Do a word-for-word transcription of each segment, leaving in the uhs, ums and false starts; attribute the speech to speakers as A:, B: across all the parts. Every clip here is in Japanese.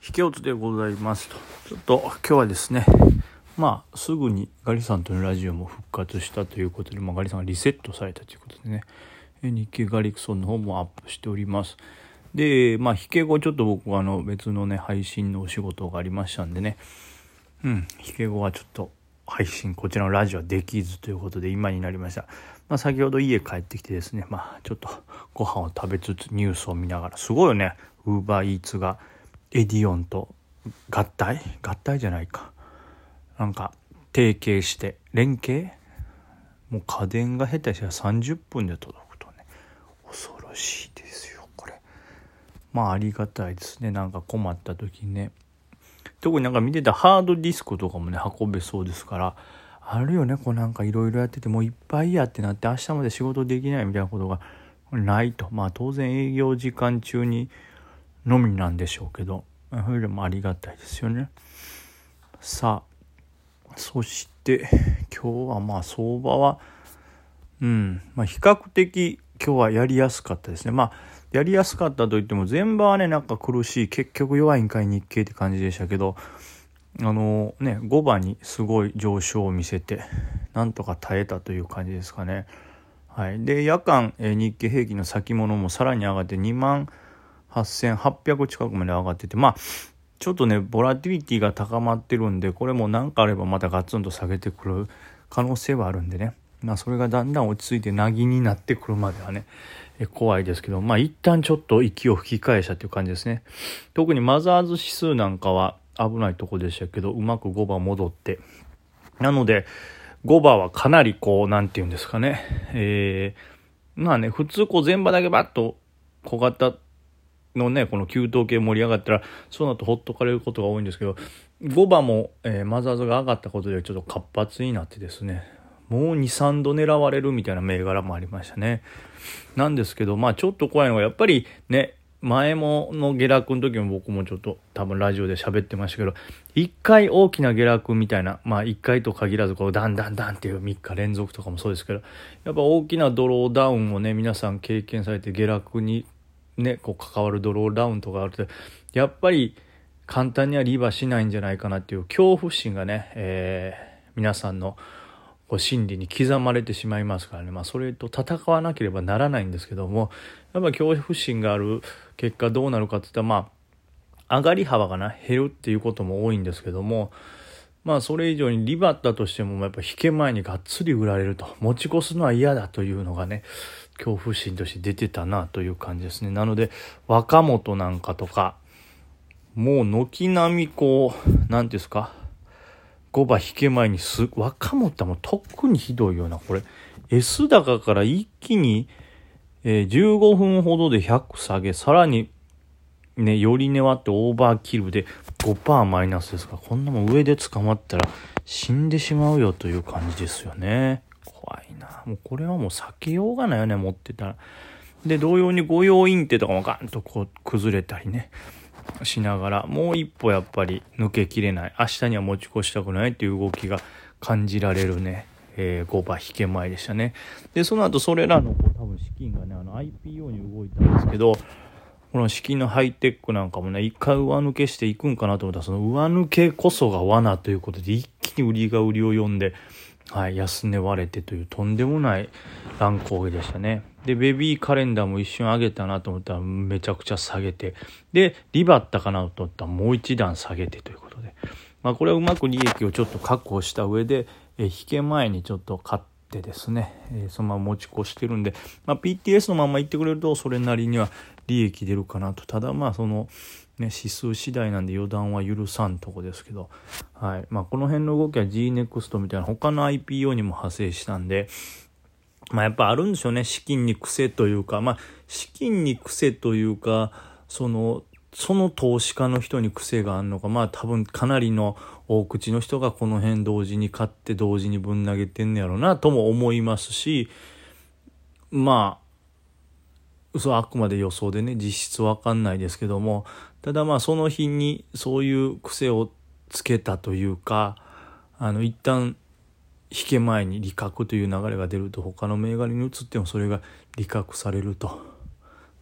A: 引け音でございますと。ちょっと今日はですね、まあすぐにガリさんとのラジオも復活したということで、まあ、ガリさんがリセットされたということでね、日経ガリクソンの方もアップしております。で、まあ引け後ちょっと僕はあの別のね配信のお仕事がありましたんでね、うん引け後はちょっと配信こちらのラジオはできずということで今になりました。まあ、先ほど家帰ってきてですね、まあちょっとご飯を食べつつニュースを見ながら、すごいよね、ウーバーイーツがエディオンと合体合体じゃないかなんか提携して連携、もう家電が下手したらさんじゅっぷんで届くとね、恐ろしいですよこれ。まあありがたいですね。なんか困った時にね、特になんか見てたハードディスクとかもね運べそうですから、あるよね、こうなんかいろいろやっててもういっぱいやってなって明日まで仕事できないみたいなことがないと、まあ当然営業時間中にのみなんでしょうけど、それでもありがたいですよね。さあそして今日はまあ相場はうんまあ比較的今日はやりやすかったですね。まあやりやすかったといっても前場はねなんか苦しい、結局弱いんかい日経って感じでしたけど、あのねごばにすごい上昇を見せてなんとか耐えたという感じですかね。はい、で夜間、えー、日経平均の先物もさらに上がってにまんはっせんはっぴゃく近くまで上がってて、まあちょっとねボラティリティが高まってるんで、これも何かあればまたガツンと下げてくる可能性はあるんでね、まあそれがだんだん落ち着いてなぎになってくるまではねえ怖いですけど、まあ一旦ちょっと息を吹き返したっていう感じですね。特にマザーズ指数なんかは危ないとこでしたけど、うまくごば戻って、なのでごばはかなりこうなんていうんですかね、えー、まあね普通こう前場だけバッと小型のねこの給湯系盛り上がったらその後ほっとかれることが多いんですけど、ごばも、えー、マザーズが上がったことでちょっと活発になってですね、もう にさんど狙われるみたいな銘柄もありましたね。なんですけど、まあちょっと怖いのがやっぱりね、前もの下落の時も僕もちょっと多分ラジオで喋ってましたけど、一回大きな下落みたいな、まあ一回と限らずこうダンダンダンっていうみっか連続とかもそうですけど、やっぱ大きなドローダウンをね皆さん経験されて、下落にねこう関わるドローダウンとかあるとやっぱり簡単にはリバしないんじゃないかなっていう恐怖心がね、えー、皆さんのこう心理に刻まれてしまいますからね、まあ、それと戦わなければならないんですけども、やっぱ恐怖心がある結果どうなるかっていったら、まあ上がり幅がな減るっていうことも多いんですけども、まあそれ以上にリバったとしてもやっぱ引け前にがっつり売られると、持ち越すのは嫌だというのがね恐怖心として出てたなという感じですね。なので若元なんかとかもう軒並みこうなんですか、ごば引け前にす若元も特にひどいような、これ S 高から一気に、えー、じゅうごふんほどでひゃく下げ、さらにねより粘ってオーバーキルで ごパーセント マイナスですから、こんなもん上で捕まったら死んでしまうよという感じですよね。怖いな、もうこれはもう避けようがないよね、持ってたら。で同様に御用インテとかもガンとこう崩れたりねしながら、もう一歩やっぱり抜けきれない、明日には持ち越したくないっていう動きが感じられるね、えー、ごば引け前でしたね。でその後それらのこう多分資金がねあの アイピーオー に動いたんですけど、この資金のハイテックなんかもね一回上抜けしていくんかなと思ったら、その上抜けこそが罠ということで一気に売りが売りを読んで、はい、安値割れてというとんでもない乱高下でしたね。でベビーカレンダーも一瞬上げたなと思ったらめちゃくちゃ下げて、でリバったかなと思ったらもう一段下げてということで、まあこれはうまく利益をちょっと確保した上で、え引け前にちょっと買ってですね、えそのまま持ち越してるんで、まあ、ピーティーエス のままいってくれるとそれなりには利益出るかなと。ただまあそのね指数次第なんで予断は許さんとこですけど、はい、まあこの辺の動きは ジーネクスト みたいな他の アイピーオー にも派生したんで、まあやっぱあるんでしょうね、資金に癖というか、まあ資金に癖というか、そのその投資家の人に癖があるのか、まあ多分かなりの大口の人がこの辺同時に買って同時にぶん投げてんねやろうなとも思いますし、まあそれはあくまで予想でね実質わかんないですけども、ただまあその日にそういう癖をつけたというか、あの一旦引け前に利確という流れが出ると他の銘柄に移ってもそれが利確されると。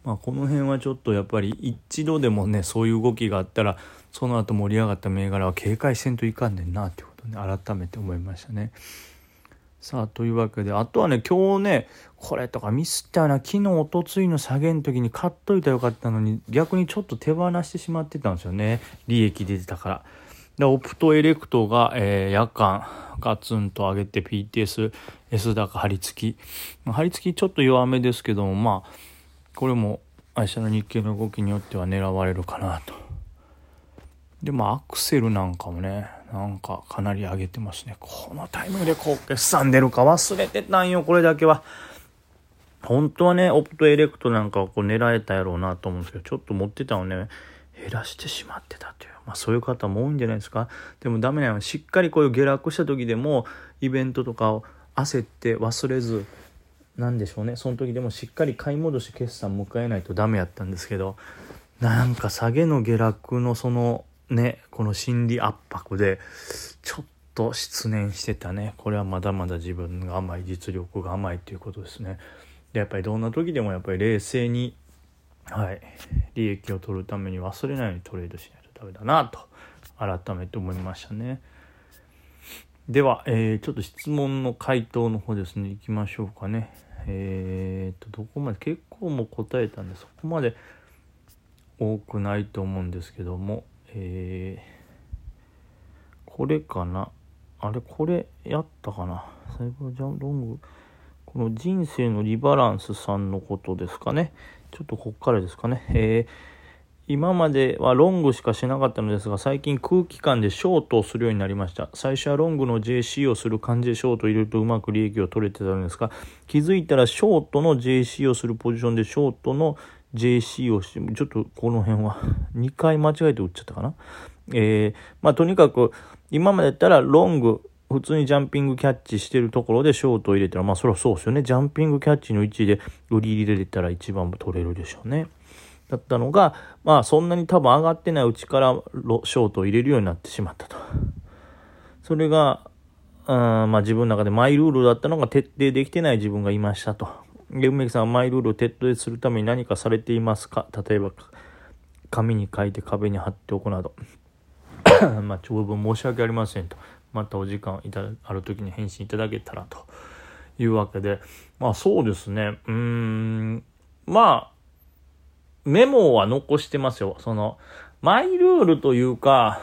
A: まあ、この辺はちょっとやっぱり一度でもねそういう動きがあったらその後盛り上がった銘柄は警戒せんといかんねんなっていうことね改めて思いましたね。さあというわけであとはね今日ねこれとかミスったよな昨日おとついの下げの時に買っといたらよかったのに逆にちょっと手放してしまってたんですよね利益出てたから。でオプトエレクトが、えー、夜間ガツンと上げて ピーティーエス S 高張り付き張り付きちょっと弱めですけどもまあこれも明日の日経の動きによっては狙われるかなと。でもアクセルなんかもねなんかかなり上げてますね。このタイミングでこう決算出るか忘れてたんよこれだけは。本当はねオプトエレクトなんかをこう狙えたやろうなと思うんですけどちょっと持ってたのね減らしてしまってたという、まあ、そういう方も多いんじゃないですか。でもダメなのしっかりこういう下落した時でもイベントとかを焦って忘れずなんでしょうねその時でもしっかり買い戻し決算迎えないとダメやったんですけどなんか下げの下落のそのねこの心理圧迫でちょっと失念してたね。これはまだまだ自分が甘い実力が甘いということですね。でやっぱりどんな時でもやっぱり冷静にはい利益を取るために忘れないようにトレードしないとダメだなと改めて思いましたね。では、えー、ちょっと質問の回答の方ですねいきましょうかね。えーとどこまで結構もう答えたんでそこまで多くないと思うんですけども、えー、これかなあれこれやったかなサイバージャンロングこの人生のリバランスさんのことですかね。ちょっとこっからですかね。えー、今まではロングしかしなかったのですが最近空気感でショートをするようになりました。最初はロングの ジェーシー をする感じでショートを入れるとうまく利益を取れてたのですが気づいたらショートの ジェーシー をするポジションでショートの ジェーシー をしてちょっとこの辺はにかい間違えて打っちゃったかな。えー、まあとにかく今までやったらロング普通にジャンピングキャッチしてるところでショートを入れたらまあそれはそうですよね。ジャンピングキャッチの位置で売り入れれたら一番取れるでしょうね。だったのがまあそんなに多分上がってないうちからショートを入れるようになってしまったと。それがあまあ自分の中でマイルールだったのが徹底できてない自分がいましたと。で梅木さんはマイルールを徹底するために何かされていますか。例えば紙に書いて壁に貼っておくなどまあ長文申し訳ありませんと。またお時間いただある時に返信いただけたらというわけでまあそうですねうーんまあメモは残してますよ。そのマイルールというか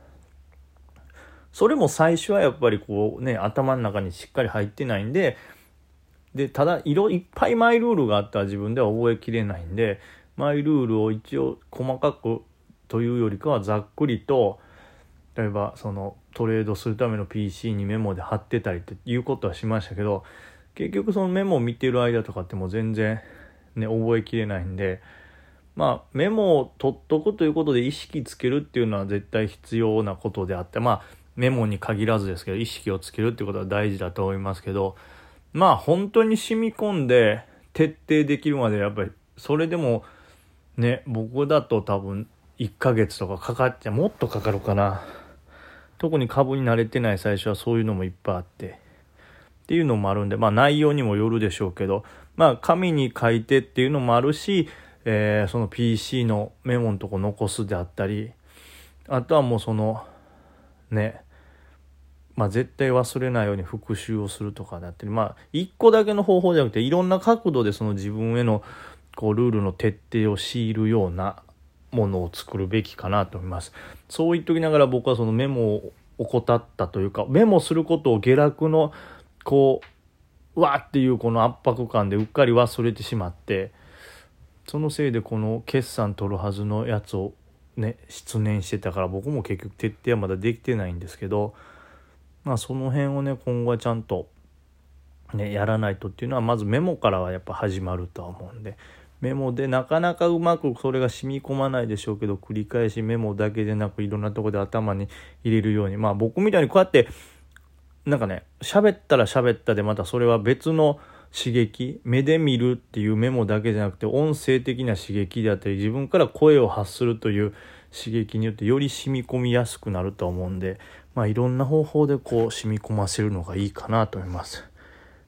A: それも最初はやっぱりこうね頭の中にしっかり入ってないんででただ色いっぱいマイルールがあったら自分では覚えきれないんでマイルールを一応細かくというよりかはざっくりと例えばそのトレードするための ピーシー にメモで貼ってたりっていうことはしましたけど結局そのメモを見てる間とかってもう全然ね覚えきれないんでまあメモを取っとくということで意識つけるっていうのは絶対必要なことであってまあメモに限らずですけど意識をつけるっていうことは大事だと思いますけどまあ本当に染み込んで徹底できるまでやっぱりそれでもね僕だと多分いっかげつとかかかっちゃもっとかかるかな。特に株に慣れてない最初はそういうのもいっぱいあってっていうのもあるんでまあ内容にもよるでしょうけどまあ紙に書いてっていうのもあるし、えー、その ピーシー のメモのとこ残すであったりあとはもうそのねまあ絶対忘れないように復習をするとかだったりまあ一個だけの方法じゃなくていろんな角度でその自分へのこうルールの徹底を強いるようなものを作るべきかなと思います。そう言っときながら僕はそのメモを怠ったというかメモすることを下落のこうわーっていうこの圧迫感でうっかり忘れてしまってそのせいでこの決算取るはずのやつをね失念してたから僕も結局徹底はまだできてないんですけどまあその辺をね今後はちゃんとねやらないとっていうのはまずメモからはやっぱ始まるとは思うんでメモでなかなかうまくそれが染み込まないでしょうけど繰り返しメモだけでなくいろんなところで頭に入れるようにまあ僕みたいにこうやってなんかね喋ったら喋ったでまたそれは別の刺激目で見るっていうメモだけじゃなくて音声的な刺激であったり自分から声を発するという刺激によってより染み込みやすくなると思うんでまあいろんな方法でこう染み込ませるのがいいかなと思います。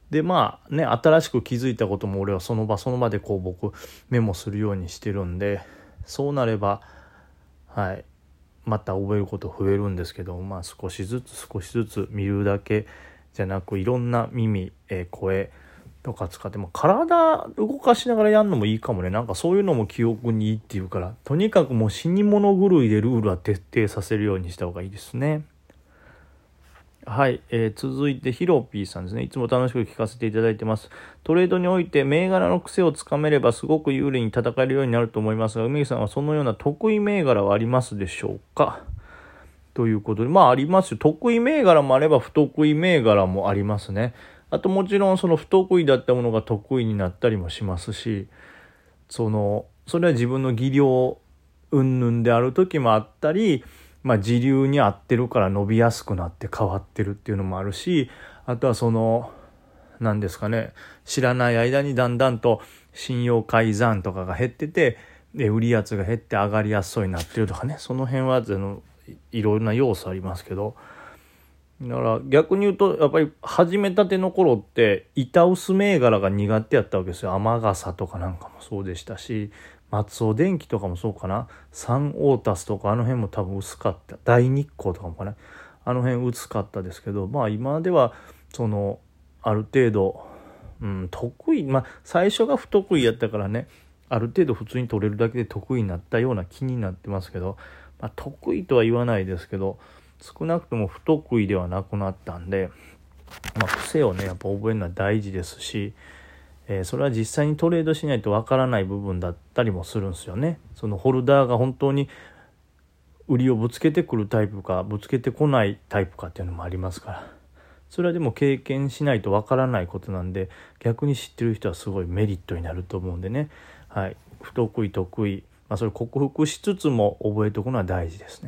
A: でまあね新しく気づいたことも俺はその場その場でこう僕メモするようにしてるんで、そうなればはいまた覚えること増えるんですけど、まあ少しずつ少しずつ見るだけじゃなくいろんな耳、えー、声とか使って、も体動かしながらやるのもいいかもね。なんかそういうのも記憶にいいっていうから、とにかくもう死に物狂いでルールは徹底させるようにした方がいいですね。はい、えー、続いてヒロピーさんですね。いつも楽しく聞かせていただいてます。トレードにおいて銘柄の癖をつかめればすごく有利に戦えるようになると思いますが、梅木さんはそのような得意銘柄はありますでしょうか、ということで、まあありますよ。得意銘柄もあれば不得意銘柄もありますね。あともちろんその不得意だったものが得意になったりもしますし、そのそれは自分の技量云々である時もあったり、まあ、時流に合ってるから伸びやすくなって変わってるっていうのもあるし、あとはその何ですかね、知らない間にだんだんと信用改ざんとかが減ってて、で売り圧が減って上がりやすそうになってるとかね、その辺はそのいろんな要素ありますけど、だから逆に言うとやっぱり始めたての頃って板薄銘柄が苦手やったわけですよ。天笠とかなんかもそうでしたし、松尾電機とかもそうかな、サンオータスとかあの辺も多分薄かった、大日光とかもかな、あの辺薄かったですけど、まあ今ではそのある程度、うん、得意、まあ最初が不得意やったからね、ある程度普通に取れるだけで得意になったような気になってますけど、まあ、得意とは言わないですけど少なくとも不得意ではなくなったんで、まあ、癖をねやっぱ覚えるのは大事ですし、えー、それは実際にトレードしないとわからない部分だったりもするんですよね。そのホルダーが本当に売りをぶつけてくるタイプかぶつけてこないタイプかっていうのもありますから、それはでも経験しないとわからないことなんで、逆に知ってる人はすごいメリットになると思うんでね、はい、不得意得意、まあ、それ克服しつつも覚えておくのは大事ですね。